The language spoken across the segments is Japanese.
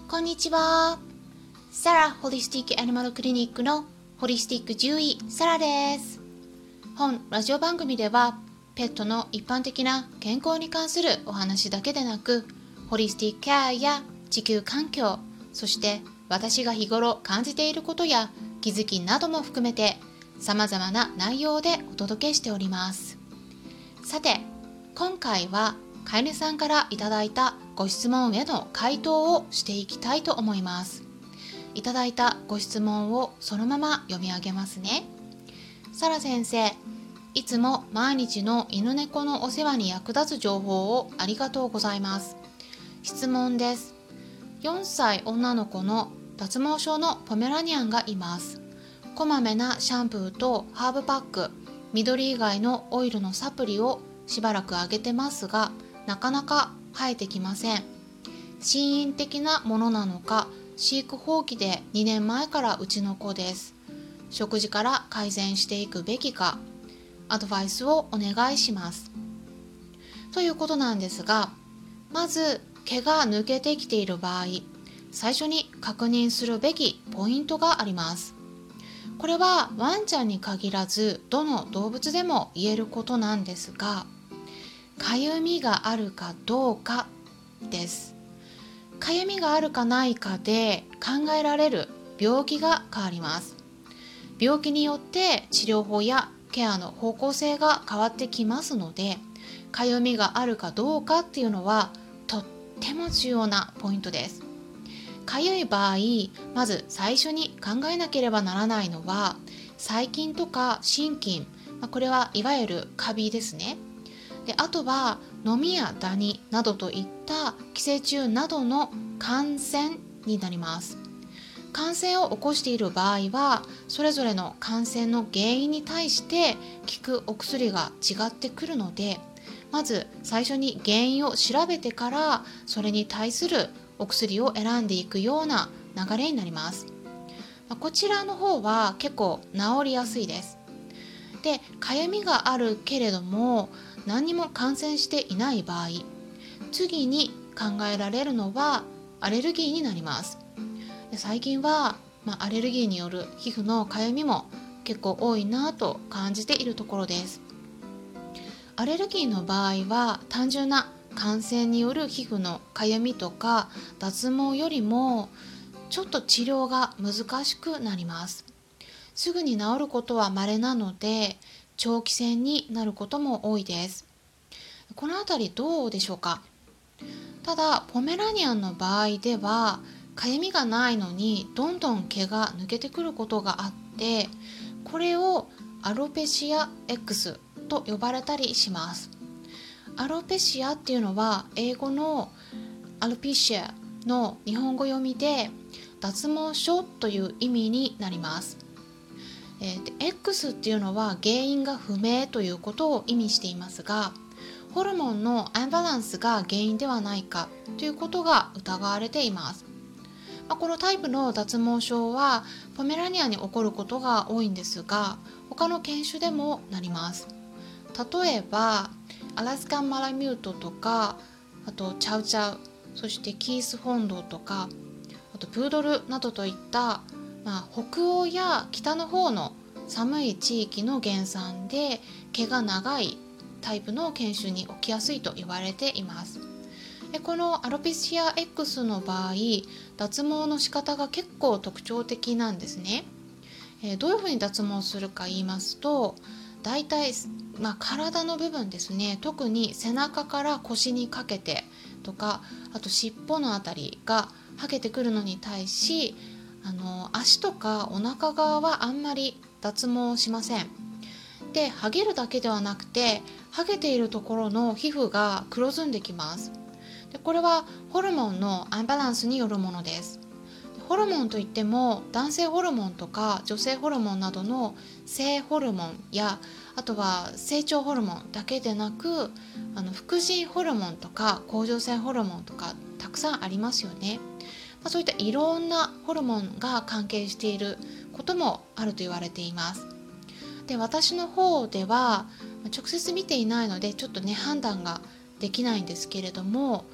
こんにちは。サラホリスティックアニマルクリニックのホリスティック獣医サラです。本ラジオ番組ではペットの一般的な健康に関するお話だけでなく、ホリスティックケアや地球環境、そして私が日頃感じていることや気づきなども含めて様々な内容でお届けしております。さて、今回は飼い主さんからいただいたご質問への回答をしていきたいと思います。いただいたご質問をそのまま読み上げますね。サラ先生、いつも毎日の犬猫のお世話に役立つ情報をありがとうございます。質問です。4歳女の子の脱毛症のポメラニアンがいます。こまめなシャンプーとハーブパック、緑以外のオイルのサプリをしばらくあげてますが、なかなか生えてきません。心因的なものなのか、飼育放棄で2年前からうちの子です。食事から改善していくべきか、アドバイスをお願いします。ということなんですが、まず毛が抜けてきている場合、最初に確認するべきポイントがあります。これはワンちゃんに限らずどの動物でも言えることなんですが、かゆみがあるかどうかです。かゆみがあるかないかで考えられる病気が変わります。病気によって治療法やケアの方向性が変わってきますので、かゆみがあるかどうかっていうのはとっても重要なポイントです。かゆい場合、まず最初に考えなければならないのは細菌とか真菌、これはいわゆるカビですね。で、あとはノミやダニなどといった寄生虫などの感染になります。感染を起こしている場合は、それぞれの感染の原因に対して効くお薬が違ってくるので、まず最初に原因を調べてからそれに対するお薬を選んでいくような流れになります。こちらの方は結構治りやすいです。で、かゆみがあるけれども何にも感染していない場合、次に考えられるのはアレルギーになります。で、最近は、アレルギーによる皮膚のかゆみも結構多いなと感じているところです。アレルギーの場合は単純な感染による皮膚のかゆみとか脱毛よりもちょっと治療が難しくなります。すぐに治ることは稀なので長期戦になることも多いです。このあたりどうでしょうか。ただポメラニアンの場合ではかゆみがないのにどんどん毛が抜けてくることがあって、これをアロペシア X と呼ばれたりします。アロペシアっていうのは英語のアロピシアの日本語読みで脱毛症という意味になります。X っていうのは原因が不明ということを意味していますが、ホルモンのアンバランスが原因ではないかということが疑われています。このタイプの脱毛症はポメラニアンに起こることが多いんですが、他の犬種でもなります。例えばアラスカンマラミュートとか、あとチャウチャウ、そしてキースフォンドとか、あとプードルなどといった、北欧や北の方の寒い地域の原産で毛が長いタイプの犬種に起きやすいと言われています。このアロペシア X の場合、脱毛の仕方が結構特徴的なんですね。どういうふうに脱毛するか言いますと、だいたい、体の部分ですね、特に背中から腰にかけてとか、あと尻尾のあたりがはげてくるのに対し、足とかお腹側はあんまり脱毛しません。で、はげるだけではなくて、はげているところの皮膚が黒ずんできます。で、これはホルモンのアンバランスによるものです。ホルモンといっても男性ホルモンとか女性ホルモンなどの性ホルモンや、あとは成長ホルモンだけでなく、副腎ホルモンとか甲状腺ホルモンとかたくさんありますよね。そういったいろんなホルモンが関係していることもあると言われています。で、私の方では直接見ていないのでちょっとね判断ができないんですけれども、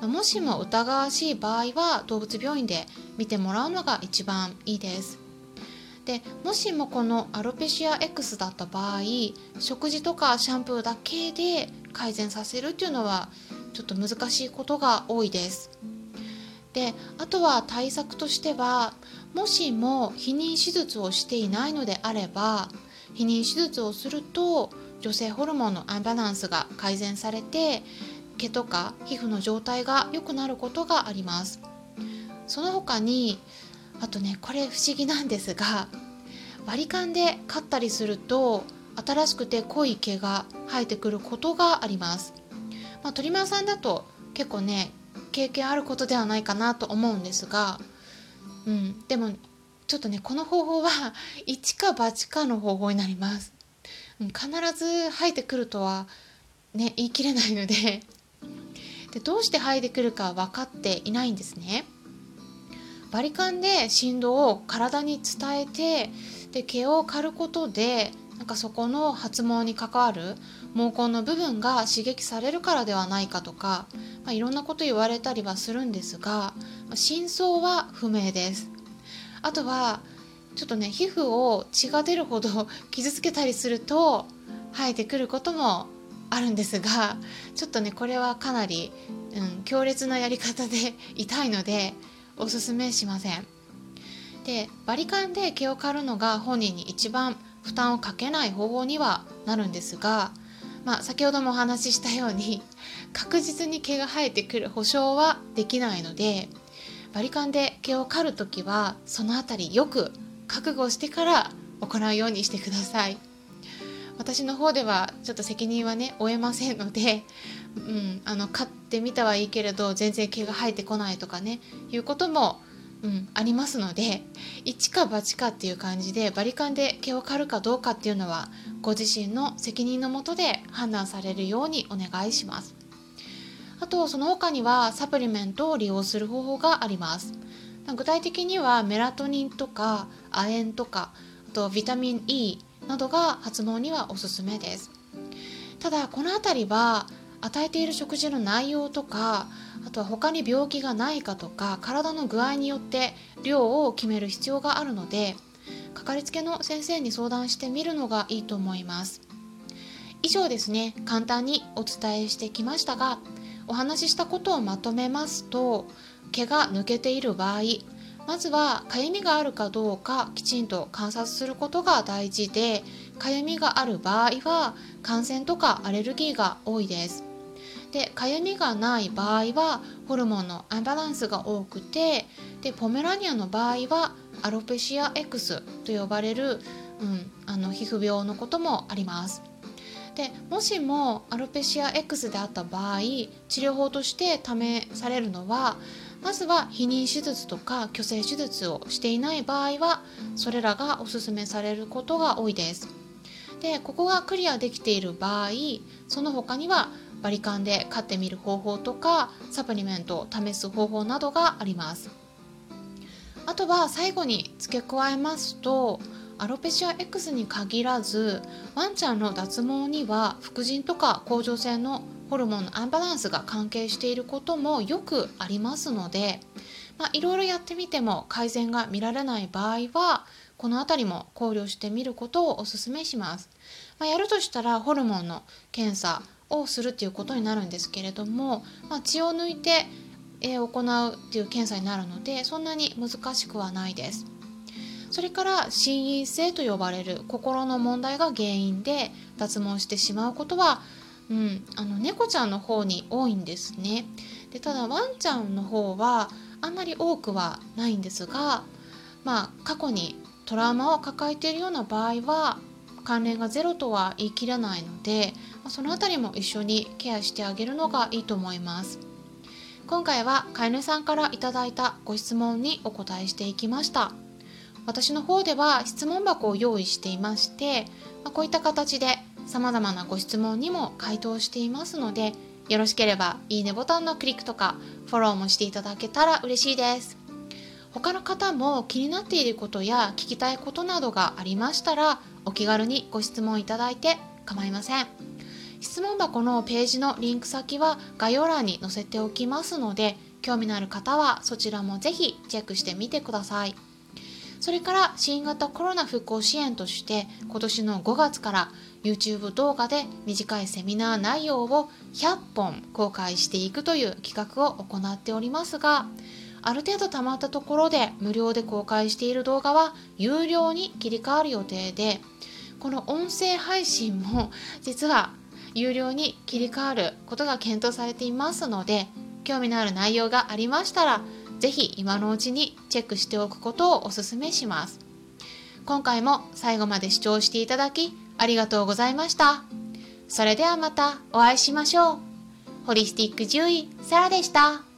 もしも疑わしい場合は動物病院で見てもらうのが一番いいです。でもしもこのアロペシア X だった場合、食事とかシャンプーだけで改善させるっていうのはちょっと難しいことが多いです。であとは対策としては、もしも避妊手術をしていないのであれば、避妊手術をすると女性ホルモンのアンバランスが改善されて、毛とか皮膚の状態が良くなることがあります。その他にあとね、これ不思議なんですが、割り勘でカったりすると新しくて濃い毛が生えてくることがあります。トリマーさんだと結構ね経験あることではないかなと思うんですが、でもちょっとね、この方法は一か八かの方法になります。必ず生えてくるとはね言い切れないので、どうして生えてくるか分かっていないんですね。バリカンで振動を体に伝えて、で毛を刈ることでそこの発毛に関わる毛根の部分が刺激されるからではないかとか、いろんなこと言われたりはするんですが、真相は不明です。あとはちょっとね、皮膚を血が出るほど傷つけたりすると生えてくることもあるんですが、ちょっとねこれはかなり、強烈なやり方で痛いのでおすすめしません。でバリカンで毛を刈るのが本人に一番負担をかけない方法にはなるんですが、先ほどもお話ししたように確実に毛が生えてくる保証はできないので、バリカンで毛を刈るときはそのあたりよく覚悟してから行うようにしてください。私の方ではちょっと責任はね負えませんので、刈ってみたはいいけれど全然毛が生えてこないとかねいうことも、ありますので、一か八かっていう感じでバリカンで毛を刈るかどうかっていうのはご自身の責任のもとで判断されるようにお願いします。あとその他にはサプリメントを利用する方法があります。具体的にはメラトニンとか亜鉛とか、あとビタミン E などが発毛にはおすすめです。ただこのあたりは与えている食事の内容とか、あとは他に病気がないかとか、体の具合によって量を決める必要があるので、かかりつけの先生に相談してみるのがいいと思います。以上ですね、簡単にお伝えしてきましたが、お話ししたことをまとめますと、毛が抜けている場合、まずはかゆみがあるかどうかきちんと観察することが大事で、かゆみがある場合は感染とかアレルギーが多いです。でかゆみがない場合はホルモンのアンバランスが多くて、でポメラニアの場合はアロペシア X と呼ばれる、皮膚病のこともあります。でもしもアロペシア X であった場合、治療法として試されるのは、まずは避妊手術とか去勢手術をしていない場合はそれらがおすすめされることが多いです。でここがクリアできている場合、その他にはバリカンで飼ってみる方法とかサプリメントを試す方法などがあります。あとは最後に付け加えますと、アロペシア X に限らずワンちゃんの脱毛には副腎とか甲状腺のホルモンのアンバランスが関係していることもよくありますので、いろいろやってみても改善が見られない場合はこのあたりも考慮してみることをお勧めします。やるとしたらホルモンの検査をするっていうことになるんですけれども、血を抜いて行うっていう検査になるのでそんなに難しくはないです。それから心因性と呼ばれる心の問題が原因で脱毛してしまうことは、猫ちゃんの方に多いんですね。でただワンちゃんの方はあんまり多くはないんですが、過去にトラウマを抱えているような場合は関連がゼロとは言い切れないので、そのあたりも一緒にケアしてあげるのがいいと思います。今回は飼い主さんからいただいたご質問にお答えしていきました。私の方では質問箱を用意していまして、こういった形で様々なご質問にも回答していますので、よろしければいいねボタンのクリックとかフォローもしていただけたら嬉しいです。他の方も気になっていることや聞きたいことなどがありましたらお気軽にご質問いただいて構いません。 質問箱のページのリンク先は概要欄に載せておきますので、興味のある方はそちらもぜひチェックしてみてください。それから新型コロナ復興支援として今年の5月から YouTube 動画で短いセミナー内容を100本公開していくという企画を行っておりますが、ある程度溜まったところで無料で公開している動画は有料に切り替わる予定で、この音声配信も実は有料に切り替わることが検討されていますので、興味のある内容がありましたらぜひ今のうちにチェックしておくことをお勧めします。今回も最後まで視聴していただきありがとうございました。それではまたお会いしましょう。ホリスティック獣医サラでした。